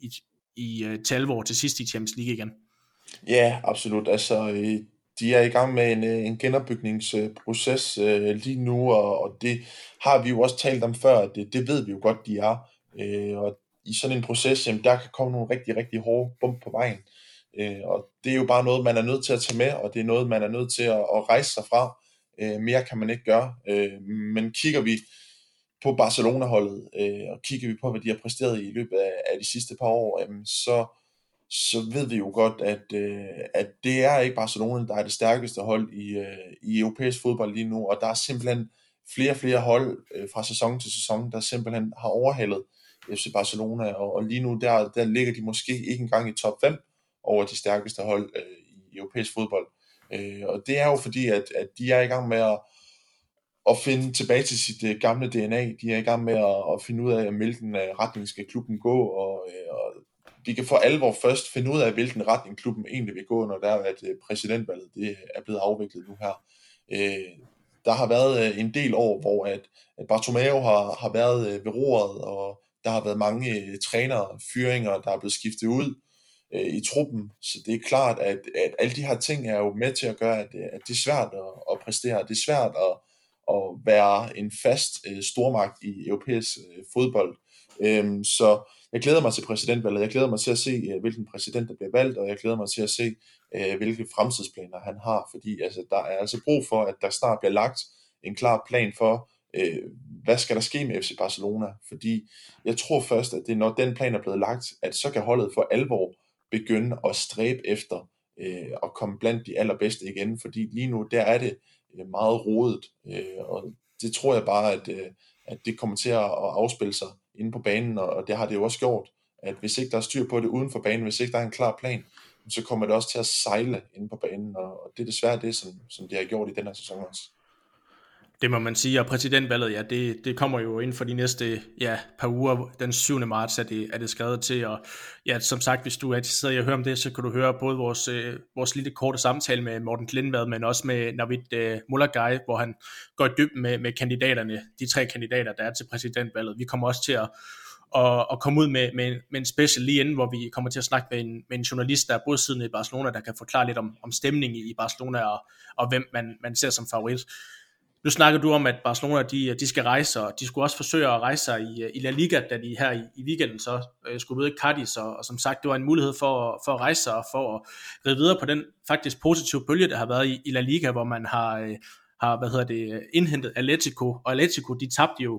til alvor til sidst i Champions League igen. Ja, absolut. Altså, de er i gang med en genopbygningsproces lige nu, og det har vi jo også talt om før, det ved vi jo godt, de er. Og i sådan en proces, jamen, der kan komme nogle rigtig, rigtig hårde bump på vejen. Og det er jo bare noget, man er nødt til at tage med, og det er noget, man er nødt til at rejse sig fra. Mere kan man ikke gøre. Men kigger vi på Barcelona-holdet, og kigger vi på, hvad de har præsteret i løbet af de sidste par år, jamen, så ved vi jo godt, at det er ikke Barcelona, der er det stærkeste hold i europæisk fodbold lige nu, og der er simpelthen flere hold fra sæson til sæson, der simpelthen har overhalet FC Barcelona, og lige nu der ligger de måske ikke engang i top 5 over de stærkeste hold i europæisk fodbold. Og det er jo fordi, at de er i gang med at finde tilbage til sit gamle DNA. De er i gang med at finde ud af, hvilken retning skal klubben gå, og de kan for alvor først finde ud af, hvilken retning klubben egentlig vil gå, når der er, at præsidentvalget det er blevet afviklet nu her. Der har været en del år, hvor at Bartomeu har været ved roret, og der har været mange trænerfyringer, der er blevet skiftet ud i truppen. Så det er klart, at alle de her ting er jo med til at gøre, at det er svært at præstere. Det er svært at være en fast stormagt i europæisk fodbold. Så jeg glæder mig til præsidentvalget. Jeg glæder mig til at se, hvilken præsident der bliver valgt, og jeg glæder mig til at se, hvilke fremtidsplaner han har, fordi altså, der er altså brug for, at der snart bliver lagt en klar plan for, hvad skal der ske med FC Barcelona, fordi jeg tror først, at det når den plan er blevet lagt, at så kan holdet for alvor begynde at stræbe efter at komme blandt de allerbedste igen, fordi lige nu, der er det meget rodet, og det tror jeg bare, at det kommer til at afspille sig inde på banen, og det har det jo også gjort, at hvis ikke der er styr på det uden for banen, hvis ikke der er en klar plan, så kommer det også til at sejle inde på banen, og det er desværre det, som det har gjort i den her sæson også. Det må man sige, og præsidentvalget, ja, det kommer jo inden for de næste par uger. Den 7. marts er det skrevet til, og ja, som sagt, hvis du er interesseret i at høre om det, så kan du høre både vores lille korte samtale med Morten Klindvad, men også med Navid Mullagai, hvor han går i dybden med kandidaterne, de 3 kandidater, der er til præsidentvalget. Vi kommer også til at komme ud med en special lige inden, hvor vi kommer til at snakke med en journalist, der er bosiddende i Barcelona, der kan forklare lidt om stemningen i Barcelona, og hvem man ser som favorit. Nu snakker du om, at Barcelona de skal rejse, og de skulle også forsøge at rejse sig i La Liga, da de her i weekenden så skulle ud i Cadiz, og som sagt, det var en mulighed for at rejse sig og for at ride videre på den faktisk positive bølge, der har været i La Liga, hvor man har indhentet Atletico, og Atletico, de tabte jo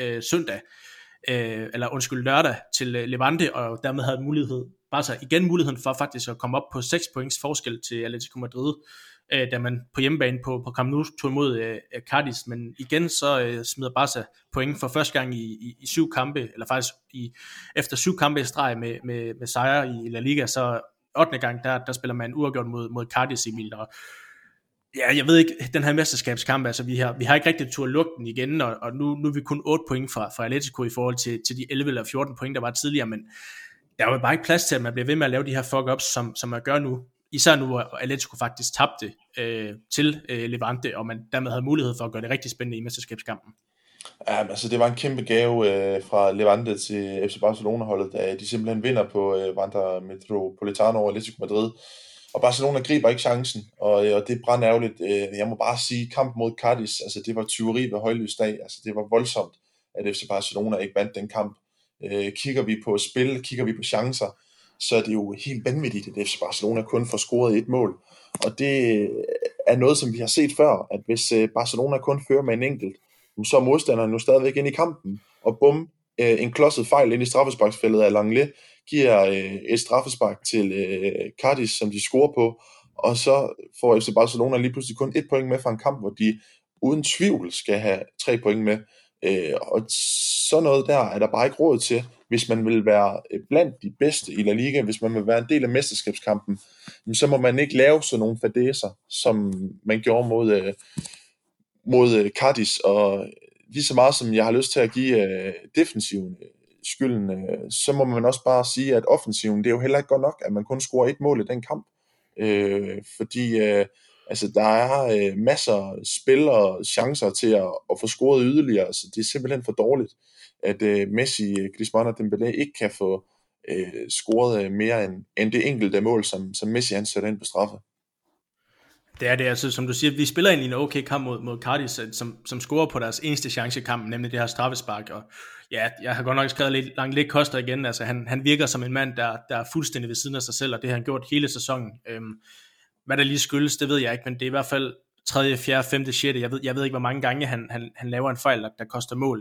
lørdag til Levante, og dermed havde muligheden for faktisk at komme op på 6 points forskel til Atletico Madrid, da man på hjemmebane på Camp Nou tog imod Cadiz, men igen så smider Barca point for første gang i 7 kampe, eller faktisk efter 7 kampe i streg med sejre i La Liga, så 8. gang, der spiller man uafgjort mod Cadiz, Emil, og ja, jeg ved ikke, den her mesterskabskamp, altså vi har ikke rigtig tur lukke den igen, og nu er vi kun 8 point fra Atletico i forhold til de 11 eller 14 point, der var tidligere, men der er jo bare ikke plads til, at man bliver ved med at lave de her fuck-ups, som man gør nu. Især nu, hvor Atletico faktisk tabte til Levante, og man dermed havde mulighed for at gøre det rigtig spændende i mesterskabskampen. Ja, altså det var en kæmpe gave fra Levante til FC Barcelona-holdet, da de simpelthen vinder på Wanda Metropolitano over Atletico Madrid. Og Barcelona griber ikke chancen, og det er brandærgerligt. Jeg må bare sige, kamp mod Cadiz, altså det var tyveri ved højlysdag, altså det var voldsomt, at FC Barcelona ikke vandt den kamp. Kigger vi på spil, kigger vi på chancer, så er det jo helt vanvittigt, at FC Barcelona kun får scoret 1 mål. Og det er noget, som vi har set før, at hvis Barcelona kun fører med en enkelt, så er modstanderen jo stadigvæk inde i kampen, og bum, en klodset fejl ind i straffesparksfældet af Langley, giver et straffespark til Cadiz, som de scorer på, og så får FC Barcelona lige pludselig kun 1 point med fra en kamp, hvor de uden tvivl skal have 3 point med. Og sådan noget der er der bare ikke råd til, hvis man vil være blandt de bedste i La Liga, hvis man vil være en del af mesterskabskampen, så må man ikke lave sådan nogle fadæser, som man gjorde mod Cadiz, og lige så meget som jeg har lyst til at give defensiven skylden, så må man også bare sige, at offensiven, det er jo heller ikke godt nok, at man kun scorer 1 mål i den kamp, fordi altså der er masser af spil og chancer til at få scoret yderligere, så det er simpelthen for dårligt, at Messi, Griezmann og Dembélé ikke kan få scoret mere end det enkelte mål, som Messi han sætter ind på straffe. Det er det, altså som du siger, vi spiller ind i en okay kamp mod Cadiz, som scorer på deres eneste chance i kampen, nemlig det her straffespark, og ja, jeg har godt nok skrevet lidt Koster igen, altså han virker som en mand, der er fuldstændig ved siden af sig selv, og det har han gjort hele sæsonen. Hvad der lige skyldes, det ved jeg ikke, men det er i hvert fald 3., 4., 5., 6. Jeg ved ikke, hvor mange gange han laver en fejl, der koster mål.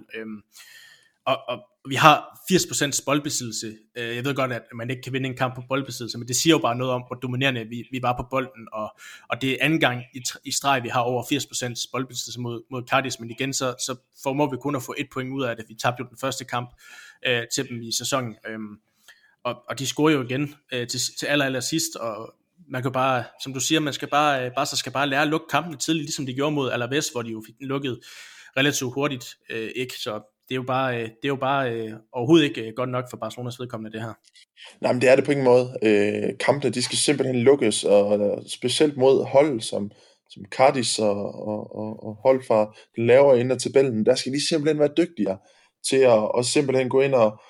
Og vi har 80% boldbesiddelse. Jeg ved godt, at man ikke kan vinde en kamp på boldbesiddelse, men det siger jo bare noget om, hvor dominerende vi var på bolden, og det er anden gang i streg, vi har over 80% boldbesiddelse mod Cadiz, men igen, så formår vi kun at få 1 point ud af det. Vi tabte jo den første kamp til dem i sæsonen, og de scorer jo igen til aller sidst, og man kan bare, som du siger, Barca skal bare lære at lukke kampene tidligt, ligesom de gjorde mod Alaves, hvor de jo fik den lukket relativt hurtigt, ikke? Så det er jo bare overhovedet ikke godt nok for Barcelonas vedkommende, det her. Nej, men det er det på ingen måde. Kampene, de skal simpelthen lukkes, og specielt mod hold som Cadiz og hold fra den lavere ende af tabellen, der skal de simpelthen være dygtigere til at simpelthen gå ind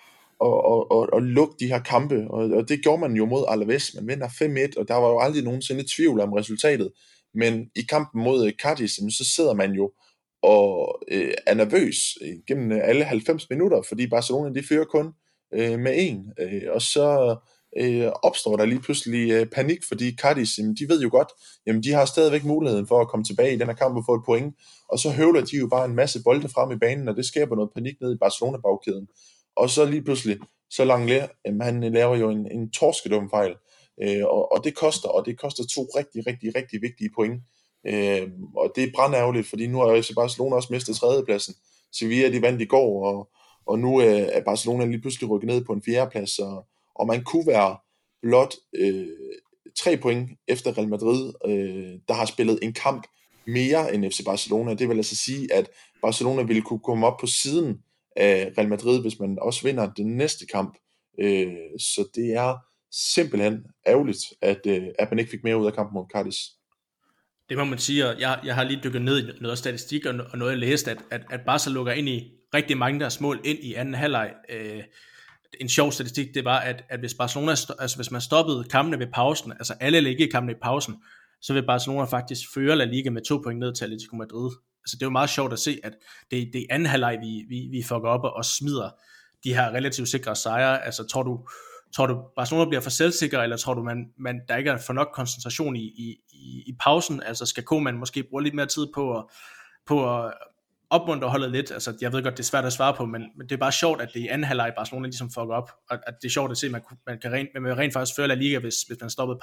og lukke de her kampe, og det gjorde man jo mod Alaves. Man vinder 5-1, og der var jo aldrig nogensinde tvivl om resultatet, men i kampen mod Cadiz, så sidder man jo og er nervøs gennem alle 90 minutter, fordi Barcelona, de fører kun med 1, og så opstår der lige pludselig panik, fordi Cadiz, de ved jo godt, jamen de har stadigvæk muligheden for at komme tilbage i den her kamp og få et point, og så høvler de jo bare en masse bolde frem i banen, og det skaber noget panik ned i Barcelona-bagkæden, og så lige pludselig, så Langley, han laver jo en torskedum fejl, og det koster 2 rigtig, rigtig, rigtig vigtige point, Og det er brandærgerligt, fordi nu har FC Barcelona også mistet tredjepladsen. Sevilla, de vandt i går, og nu er Barcelona lige pludselig rykket ned på en fjerdeplads, og man kunne være blot 3 point efter Real Madrid, der har spillet en kamp mere end FC Barcelona. Det vil altså sige, at Barcelona ville kunne komme op på siden af Real Madrid, hvis man også vinder den næste kamp. Så det er simpelthen ærgerligt, at man ikke fik mere ud af kampen mod Cadiz. Det må man sige, og jeg har lige dykket ned i noget statistik og noget jeg læste, at Barca lukker ind i rigtig mange deres mål ind i anden halvleg. En sjov statistik, det var, at hvis Barcelona, altså hvis man stoppede kampene ved pausen, altså alle liga-kampene i pausen, så vil Barcelona faktisk føre La Liga med 2 point ned til Atletico Madrid. Altså det er jo meget sjovt at se, at det er anden halvleg, vi fucker op og smider de her relativt sikre sejre. Altså tror du Barcelona bliver for selvsikker, eller tror du, der ikke er for nok koncentration i pausen? Altså skal Koeman måske bruge lidt mere tid på at opmuntre holdet lidt? Altså jeg ved godt, det er svært at svare på, men det er bare sjovt, at det i anden halvleg Barcelona ligesom fucker op, og at det er sjovt at se, at man rent faktisk føre La Liga, hvis man stoppede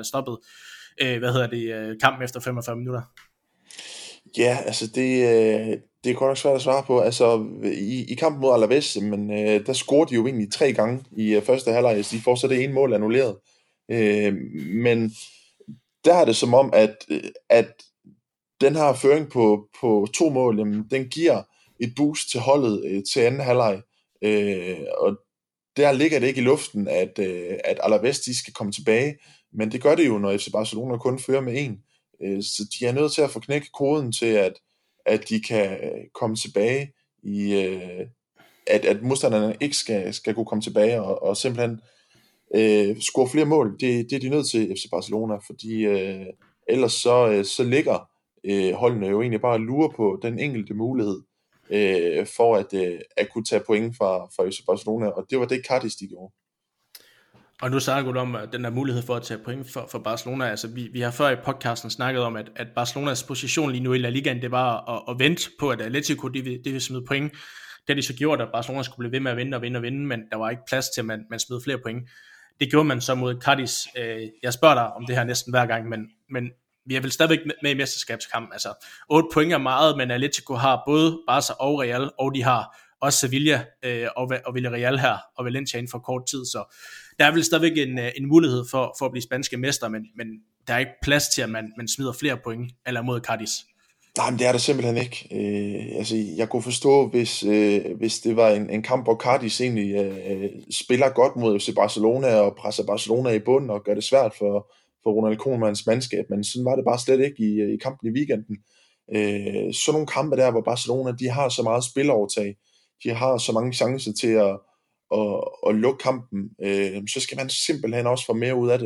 kampen efter 45 minutter. Ja, altså det er godt nok svært at svare på. Altså i kampen mod Alaves, men der scorede de jo egentlig 3 gange i første halvleg, så de får så det ene mål annulleret. Men der er det som om, at den her føring på 2 mål, jamen, den giver et boost til holdet til anden halvleg. Og der ligger det ikke i luften, at Alaves de skal komme tilbage, men det gør det jo, når FC Barcelona kun fører med 1. Så de er nødt til at få knækket koden til, at de kan komme tilbage i, at modstanderne ikke skal kunne komme tilbage og simpelthen score flere mål. Det er de nødt til FC Barcelona, fordi ellers så ligger holdene jo egentlig bare lurer på den enkelte mulighed for at kunne tage point fra FC Barcelona, og det var det Cadiz de gjorde. Og nu snakker du om den der mulighed for at tage point for Barcelona. Altså vi har før i podcasten snakket om, at Barcelonas position lige nu i La Ligaen, det var at vente på, at Atletico de vil smide point. Det har de så gjort, at Barcelona skulle blive ved med at vinde, men der var ikke plads til, at man smed flere point. Det gjorde man så mod Cadiz. Jeg spørger dig om det her næsten hver gang, men vi er vel stadigvæk med i mesterskabskampen. Altså 8 point er meget, men Atletico har både Barca og Real, og de har også Sevilla og Villarreal her, og Valencia inden for kort tid, så der er vel stadigvæk en mulighed for at blive spanske mester, men der er ikke plads til, at man smider flere point, eller mod Cadiz. Nej, men det er der simpelthen ikke. Altså, jeg kunne forstå, hvis det var en kamp, hvor Cadiz egentlig spiller godt mod FC Barcelona, og presser Barcelona i bunden, og gør det svært for Ronald Koemans mandskab, men sådan var det bare slet ikke i kampen i weekenden. Sådan nogle kampe der, hvor Barcelona, de har så meget spilovertag, de har så mange chancer til at lukke kampen, så skal man simpelthen også få mere ud af det.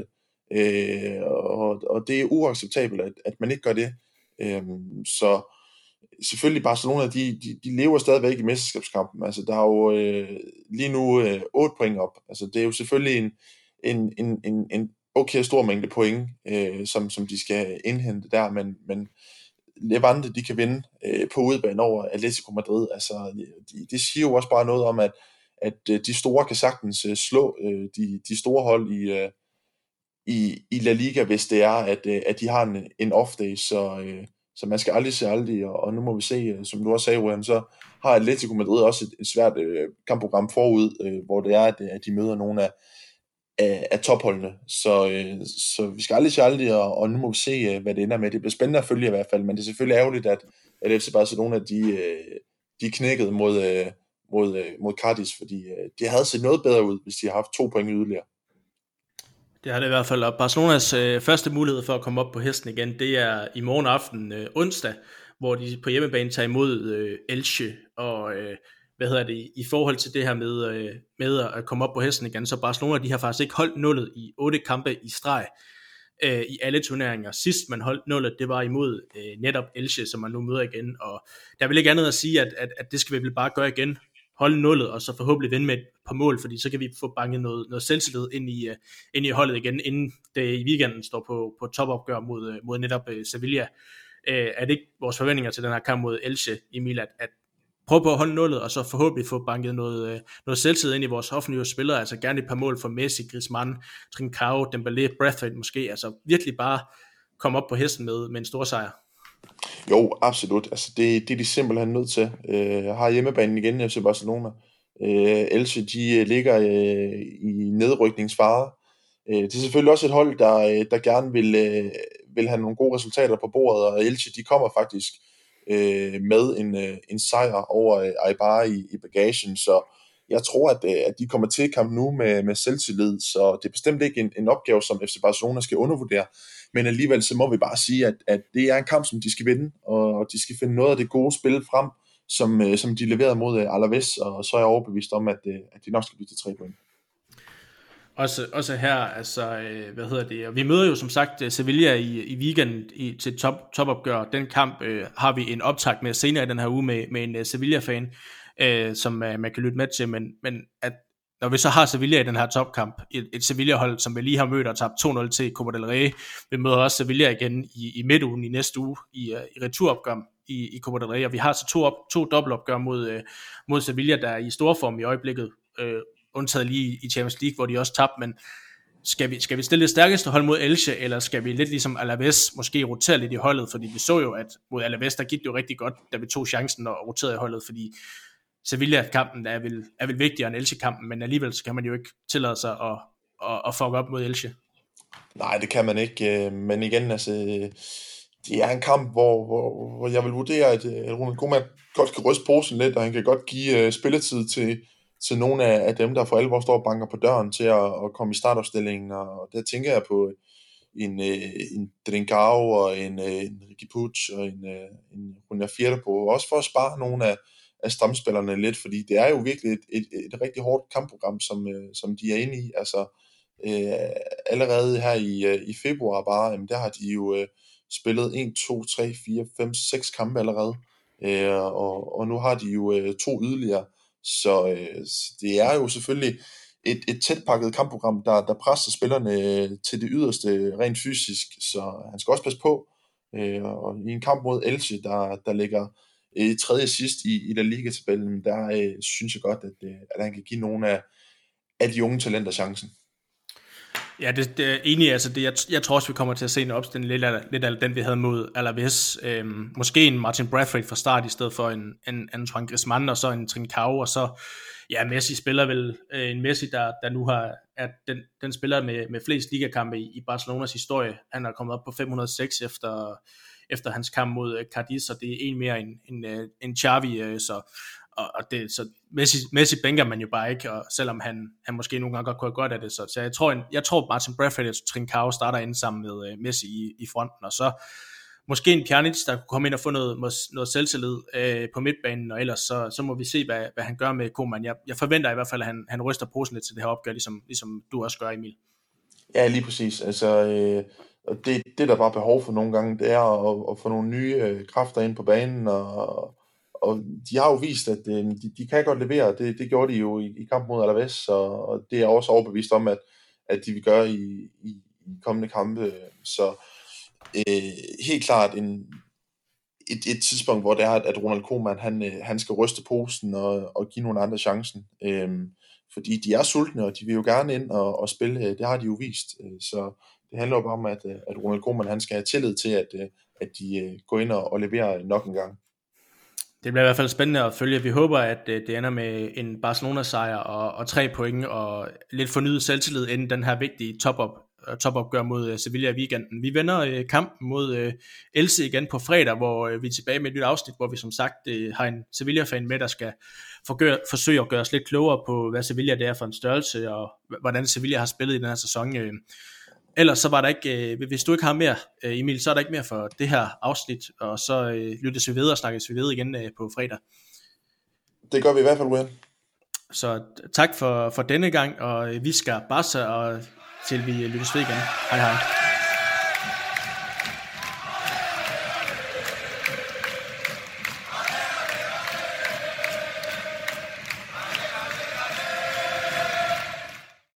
Og det er uacceptabelt, at man ikke gør det. Så selvfølgelig Barcelona, de lever stadigvæk i mesterskabskampen. Altså der er jo lige nu 8 point op. Altså det er jo selvfølgelig en okay stor mængde point, som de skal indhente der, men Levante, de kan vinde på udebane over Atletico Madrid. Altså, det siger jo også bare noget om, at de store kan sagtens slå de store hold i La Liga, hvis det er, at de har en off-day. Så man skal aldrig se aldrig, og nu må vi se, som du også sagde, Ryan, så har Atletico Madrid også et svært kampprogram forud, hvor det er, at de møder nogle af topholdene, så vi skal aldrig se aldrig, og nu må vi se, hvad det ender med. Det bliver spændende at følge i hvert fald, men det er selvfølgelig ærgerligt, at FC Barcelona, de knækkede mod Cadiz, fordi det havde set noget bedre ud, hvis de havde haft 2 point yderligere. Det har det i hvert fald, og Barcelonas første mulighed for at komme op på hesten igen, det er i morgen aften onsdag, hvor de på hjemmebane tager imod Elche, og i forhold til det her med at komme op på hesten igen, så Barcelona, de har faktisk ikke holdt nullet i 8 kampe i streg i alle turneringer. Sidst man holdt nullet, det var imod netop Elche, som man nu møder igen, og der vil ikke andet at sige, at det skal vi vel bare gøre igen, holde nullet, og så forhåbentlig vinde med et par mål, fordi så kan vi få banket noget selvtillid ind i holdet igen, inden det i weekenden står på topopgør mod netop Sevilla. Er det ikke vores forventninger til den her kamp mod Elche, Emil, at prøve på at holde nullet, og så forhåbentlig få banket noget selvtillid ind i vores offensive spillere, altså gerne et par mål for Messi, Griezmann, Trincao, Dembélé, Braithwaite måske, altså virkelig bare komme op på hesten med en stor sejr. Jo, absolut. Altså, det er de simpelthen nødt til. Har hjemmebanen igen, FC Barcelona. Elche, de ligger i nedrykningsfare. Det er selvfølgelig også et hold, der gerne vil have nogle gode resultater på bordet, og Elche, de kommer faktisk med en sejr over Eibar i bagagen, så jeg tror, at de kommer til kampen nu med selvtillid, så det er bestemt ikke en opgave, som FC Barcelona skal undervurdere, men alligevel så må vi bare sige, at det er en kamp, som de skal vinde, og de skal finde noget af det gode spil frem, som de leverede mod Alaves, og så er jeg overbevist om, at de nok skal blive til 3 point. Også her, altså, hvad hedder det, og vi møder jo som sagt Sevilla i weekenden til topopgør. Den kamp har vi en optakt med senere i den her uge med en Sevilla-fan, som man kan lytte med til, men at når vi så har Sevilla i den her topkamp, et Sevilla-hold, som vi lige har mødt og tabt 2-0 til Copa del Rey, vi møder også Sevilla igen i midtugen i næste uge i returopgør i Copa del Rey, og vi har så to dobbeltopgør mod Sevilla, der er i stor form i øjeblikket, undtaget lige i Champions League, hvor de også tabte, men skal vi stille det stærkeste hold mod Elche, eller skal vi lidt ligesom Alaves måske rotere lidt i holdet, fordi vi så jo, at mod Alaves, der gik det jo rigtig godt, da vi tog chancen og roterede i holdet, fordi Sevilla-kampen er vel vigtigere end Elche-kampen, men alligevel så kan man jo ikke tillade sig at fuck op mod Elche. Nej, det kan man ikke, men igen, altså, det er en kamp, hvor jeg vil vurdere, at Ronald Koeman godt kan ryste posen lidt, og han kan godt give spilletid til nogle af dem, der for alvor står og banker på døren til at komme i startopstillingen, og der tænker jeg på en Trincao og en Riqui Puig og en Runia Firpo, også for at spare nogle af stamspillerne lidt, fordi det er jo virkelig et rigtig hårdt kampprogram, som de er inde i. Altså, allerede her i februar bare, jamen, der har de jo spillet 1, 2, 3, 4, 5, 6 kampe allerede, og nu har de jo 2 yderligere, så det er jo selvfølgelig et tætpakket kampprogram, der presser spillerne til det yderste rent fysisk, så han skal også passe på, og i en kamp mod Elche, der ligger tredje sidst i La Liga-tabellen, der synes jeg godt, at han kan give nogle af de unge talenter chancen. Ja, det er enig, altså jeg tror også, vi kommer til at se en opstilling lidt af den, vi havde mod Alaves. Måske en Martin Braithwaite fra start, i stedet for en Antoine Griezmann, og så en Trincao, og så, ja, Messi spiller vel en Messi, der nu er den spiller med flest ligakampe i Barcelonas historie. Han er kommet op på 506 efter hans kamp mod Cadiz, og det er en mere end Xavi, så Messi bænker man jo bare ikke, og selvom han måske nogle gange godt kunne have godt af det, så jeg tror Martin Braithwaite og Trincao starter inde sammen med Messi i fronten, og så måske en Pjanic, der kunne komme ind og få noget selvtillid på midtbanen, og ellers så må vi se, hvad han gør med Koeman. Jeg forventer i hvert fald, at han ryster posen lidt til det her opgør, ligesom du også gør, Emil. Ja, lige præcis. Altså, det der bare behov for nogle gange, det er at få nogle nye kræfter ind på banen, og de har jo vist, at de kan godt levere. Det gjorde de jo i kamp mod Alaves, og det er også overbevist om, at de vil gøre i kommende kampe. Så helt klart et tidspunkt, hvor det er, at Ronald Koeman han skal ryste posen og give nogle andre chancen. Fordi de er sultne, og de vil jo gerne ind og spille. Det har de jo vist. Så det handler jo bare om, at Ronald Koeman han skal have tillid til, at de går ind og leverer nok en gang. Det bliver i hvert fald spændende at følge. Vi håber, at det ender med en Barcelona-sejr og 3 point og lidt fornyet selvtillid inden den her vigtige topopgør mod Sevilla i weekenden. Vi vender kampen mod Elche igen på fredag, hvor vi er tilbage med et nyt afsnit, hvor vi som sagt har en Sevilla-fan med, der skal forsøge at gøre os lidt klogere på, hvad Sevilla det er for en størrelse, og hvordan Sevilla har spillet i den her sæson. Ellers så var der ikke, hvis du ikke har mere, Emil, så er der ikke mere for det her afsnit, og så lyttes vi ved og snakkes vi ved igen på fredag. Det gør vi i hvert fald, William. Så tak for denne gang, og vi skal bare så til vi lyttes ved igen. Hej hej.